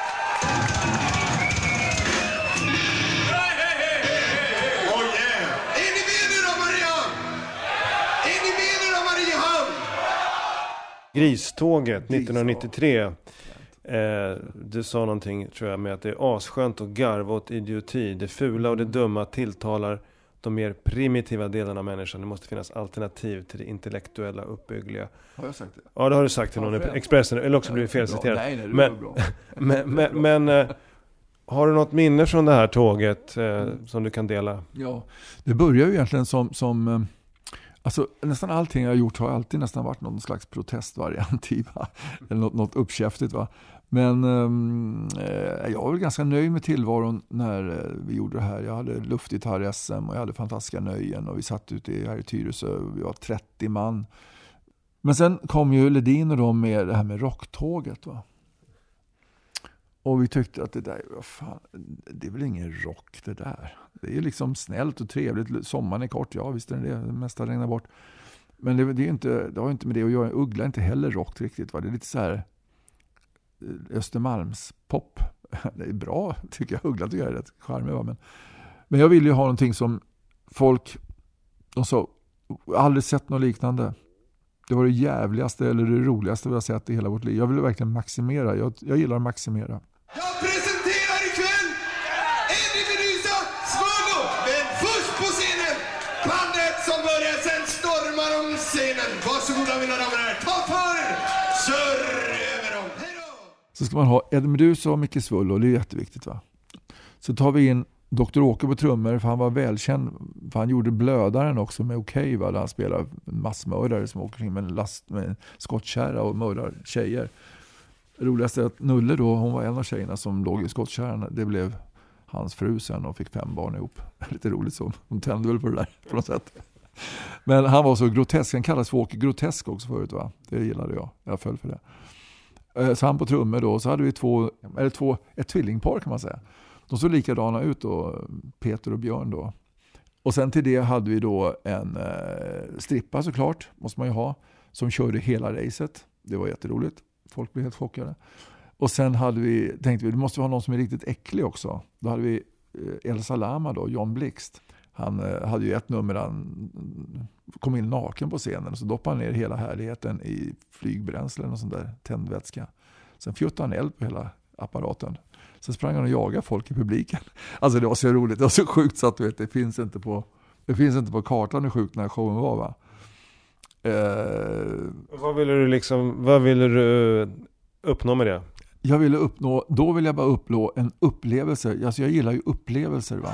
Griståget 1993. Du sa någonting, tror jag, med att det är asskönt och garva åt idioti. Det fula och det dumma tilltalar de mer primitiva delarna av människan. Det måste finnas alternativ till det intellektuella uppbyggliga. Har jag sagt det? Ja, det har du sagt till någon i Expressen. Eller också blir det felciterat. Nej, det var bra. Men har du något minne från det här tåget som du kan dela? Ja, det börjar ju egentligen som alltså nästan allting jag har gjort har alltid nästan varit någon slags protestvariant i, va? Eller något uppkäftigt, va? Men jag var väl ganska nöjd med tillvaron när vi gjorde det här. Jag hade luftgitarr i SM och jag hade fantastiska nöjen och vi satt ute här i Tyresö, vi var 30 man. Men sen kom ju Ledin och de med det här med rocktåget, va? Och vi tyckte att det där, det är väl ingen rock det där. Det är liksom snällt och trevligt. Sommaren är kort, ja visst är det mesta regnar bort. Men det har inte med det att göra. Uggla är inte heller rock riktigt, va? Det är lite så här Östermalms pop. Det är bra, tycker jag. Uggla tycker jag är rätt charmig, va? Men jag vill ju ha någonting som folk, de sa, aldrig sett något liknande. Det var det jävligaste eller det roligaste vi har sett i hela vårt liv. Jag vill verkligen maximera. Jag gillar att maximera. Jag presenterar ikväll Eddie Meduza Svago. Men först på scenen bandet som börjar sen stormar om scenen. Varsågoda mina damer och herrar. Ta för Kör över dem. Hej då! Så ska man ha Eddie Meduza och Micke Svullo, det är jätteviktigt va. Så tar vi in Dr. Åke på trummor, för han var välkänd, för han gjorde Blödaren också med Okej va, där han spelar massmördare som åker kring med en last med en skottkärra och mördar tjejer. Roligast är att Nulle då, hon var en av tjejerna som låg i skottkärran, det blev hans fru sen och fick 5 barn ihop. Lite roligt så, hon tände väl på det där på något sätt. Men han var så grotesk, han kallas för Åke Grotesk också förut va, det gillade jag föll för det. Så han på trummor då, så hade vi ett tvillingpar kan man säga. De såg likadana ut då, Peter och Björn då. Och sen till det hade vi då en strippa såklart, måste man ju ha, som körde hela racet. Det var jätteroligt, folk blev helt chockade. Och sen tänkte vi, det måste vara någon som är riktigt äcklig också. Då hade vi Elsa Lama då, John Blixt. Han hade ju ett nummer, han kom in naken på scenen och så doppade han ner hela härligheten i flygbränslen och sån där tändvätska. Sen fjuttade han eld på hela apparaten. Sen sprang han och jagade folk i publiken. Alltså det var så roligt, det var så sjukt så att du vet, det finns inte på kartan hur sjukt den här showen var va. Vad ville du uppnå med det? Då vill jag bara uppnå en upplevelse. Alltså jag gillar ju upplevelser va.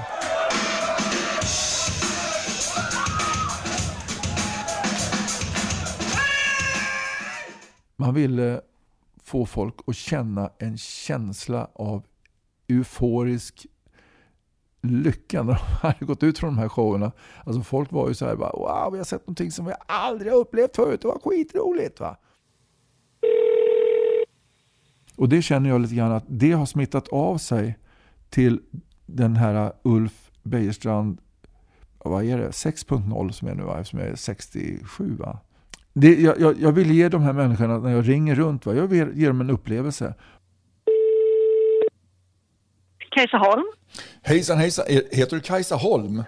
Man ville få folk att känna en känsla av euforisk lycka när de hade gått ut från de här showerna. Alltså folk var ju så här bara, wow, vi har sett någonting som vi aldrig har upplevt förut. Det var skitroligt va. Och det känner jag lite grann att det har smittat av sig till den här Ulf Bejerstrand, vad är det? 6.0 som är nu va, som är 67 va. Jag vill ge de här människorna när jag ringer runt, va? Jag vill ge dem en upplevelse. Kajsa Holm. Hejsan. Heter du Kajsa Holm?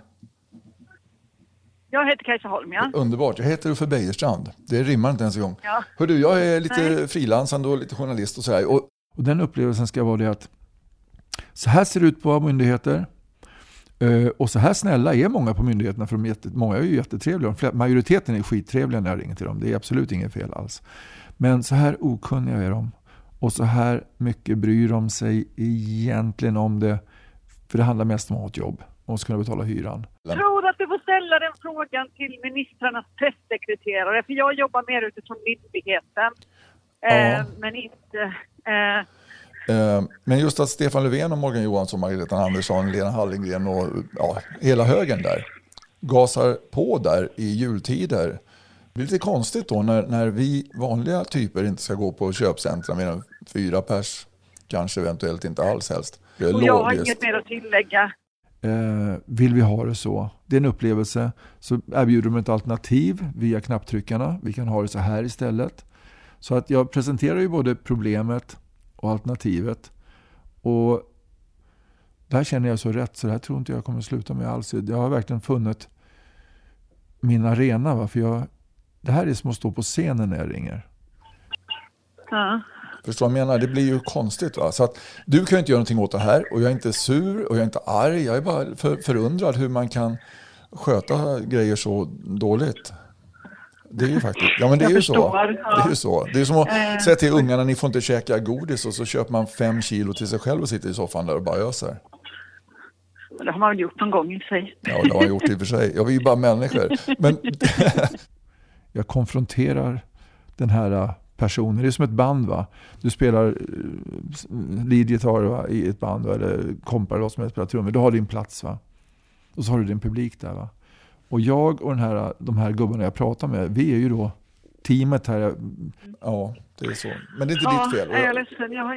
Jag heter Kajsa Holm, ja. Underbart. Jag heter Uffe Bejerstrand. Det rimmar inte ens en gång. Ja. Hördu, jag är lite frilansande och lite journalist och så här. Och den upplevelsen ska vara det att så här ser det ut på myndigheter. Och så här snälla är många på myndigheterna, för många är ju jättetrevliga. Majoriteten är skittrevliga när jag ringer till dem. Det är absolut inget fel alls. Men så här okunniga är de. Och så här mycket bryr de sig egentligen om det. För det handlar mest om att ha ett jobb. Och så kunna betala hyran. Jag tror att du får ställa den frågan till ministrarnas presssekreterare. För jag jobbar mer utifrån myndigheten. Men inte... Men just att Stefan Löfven och Morgan Johansson, Margareta Andersson, Lena Hallengren och hela högen där gasar på där i jultider. Det blir lite konstigt då när vi vanliga typer inte ska gå på köpcentra med en 4 pers, kanske eventuellt inte alls helst. Det är och jag har inget mer att tillägga. Vill vi ha det så? Det är en upplevelse. Så erbjuder de ett alternativ via knapptryckarna. Vi kan ha det så här istället. Så att jag presenterar ju både problemet och alternativet. Och där känner jag så rätt, så det här tror inte jag kommer att sluta med alls. Jag har verkligen funnit min arena, va? För det här är som att stå på scenen när jag ringer. Ja. Förstår du vad jag menar? Det blir ju konstigt va? Så att du kan ju inte göra någonting åt det här, och jag är inte sur och jag är inte arg. Jag är bara förundrad hur man kan sköta grejer så dåligt. Det är ju faktiskt, ja men det är ju så. Det är ju så. Det är som att säga till ungarna, ni får inte käka godis, och så köper man 5 kilo till sig själv och sitter i soffan där och bara öser. Det har man väl gjort någon gång i sig. Ja, det har man gjort i och för sig. Jag är ju bara människor. Men jag konfronterar den här personen. Det är som ett band va. Du spelar leadgitarr va, i ett band va? Eller kompar då, som spelar trummor. Du har din plats va. Och så har du din publik där va. Och jag och de här gubbarna jag pratar med, vi är ju då teamet här. Ja, det är så. Men det är inte ditt fel. Jag är ledsen, jag har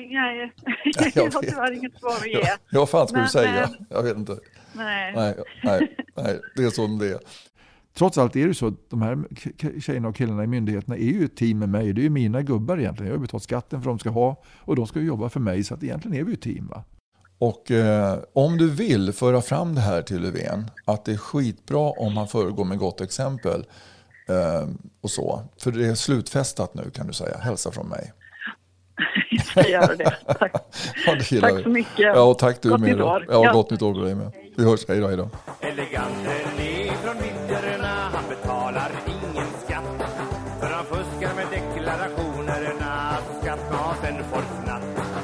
tyvärr inget svar att ge. Ja, fan ska du säga? Jag vet inte. Nej, det är så det är. Trots allt är det så att de här tjejerna och killarna i myndigheterna är ju ett team med mig. Det är ju mina gubbar egentligen. Jag har betalt skatten för de ska ha, och de ska ju jobba för mig, så att egentligen är vi ju ett team va. Och om du vill föra fram det här till Löfven, att det är skitbra om man föregår med gott exempel och så. För det är slutfestat nu kan du säga. Hälsa från mig. Jag ska göra det. Tack. Ja, det gillar tack så mycket. Ja, och tack du gott med. Nytt år. Ja, gott nytt år på dig med. Vi hörs, hej då. Eleganten ifrån vinterna, han betalar ingen skatt. För han fuskar med deklarationerna, så skattmasen får fnatt.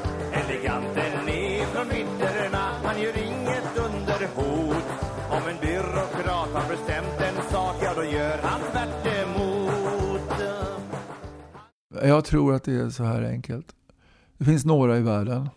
Jag tror att det är så här enkelt. Det finns några i världen.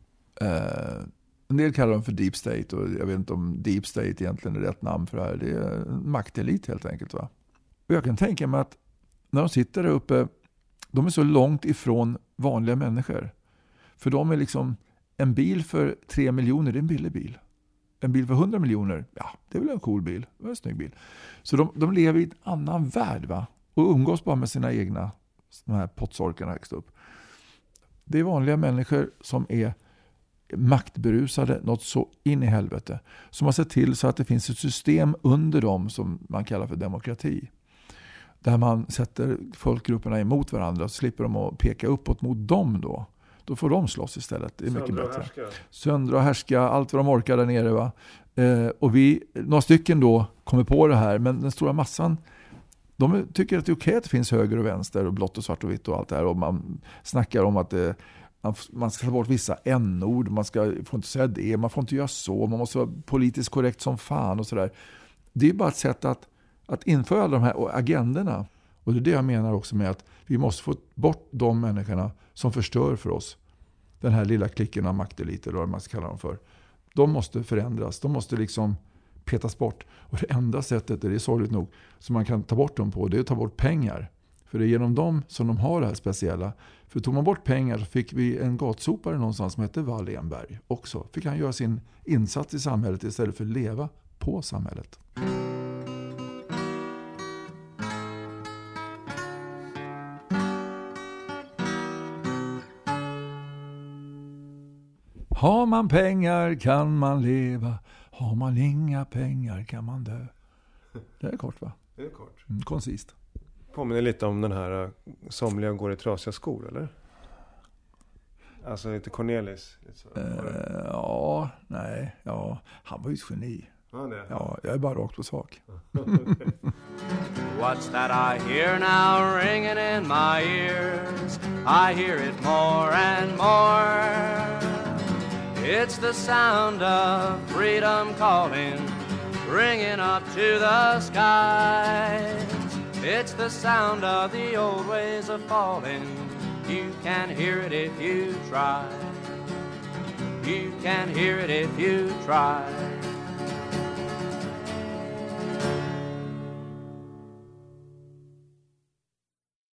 En del kallar dem för deep state, och jag vet inte om deep state egentligen är rätt namn för det här. Det är en maktelit helt enkelt, va? Och jag kan tänka mig att när de sitter där uppe, de är så långt ifrån vanliga människor. För de är liksom, en bil för 3 miljoner, det är en billig bil. En bil för 100 miljoner, ja, det är väl en cool bil. Det är en snygg bil. Så de lever i en annan värld, va? Och umgås bara med sina egna, de här pottsorkarna högst upp. Det är vanliga människor som är maktberusade, något så in i helvete. Som har sett till så att det finns ett system under dem som man kallar för demokrati. Där man sätter folkgrupperna emot varandra, så slipper de att peka uppåt mot dem då. Då får de slåss istället. Det är mycket bättre. Söndra och härska, allt vad de orkar där nere, va. Och vi, några stycken då, kommer på det här, men den stora massan, de tycker att det är okej att det finns höger och vänster och blått och svart och vitt och allt det här. Och man snackar om att man ska ta bort vissa n-ord, man får inte säga det, man får inte göra så, man måste vara politiskt korrekt som fan och sådär. Det är bara ett sätt att införa alla de här agenderna. Och det är det jag menar också med att vi måste få bort de människorna som förstör för oss. Den här lilla klicken av makteliter, eller vad man ska kalla dem för. De måste förändras, de måste liksom petas bort. Och det enda sättet, det är sorgligt nog, som man kan ta bort dem på, det är att ta bort pengar. För det är genom dem som de har det här speciella. För tog man bort pengar så fick vi en gatsopare någonstans som hette Wallenberg också. Fick han göra sin insats i samhället istället för att leva på samhället. Har man pengar kan man leva. Har man inga pengar kan man dö. Det är kort, va? Det är kort. Koncist. Påminner lite om den här somliga går i trasiga skor, eller? Alltså lite Cornelis. Ja, han var ju ett geni. Ja, jag är bara rakt på sak. What's that I hear now ringing in my ears? I hear it more and more. It's the sound of freedom calling, ringing up to the skies. It's the sound of the old ways of falling. You can hear it if you try. You can hear it if you try.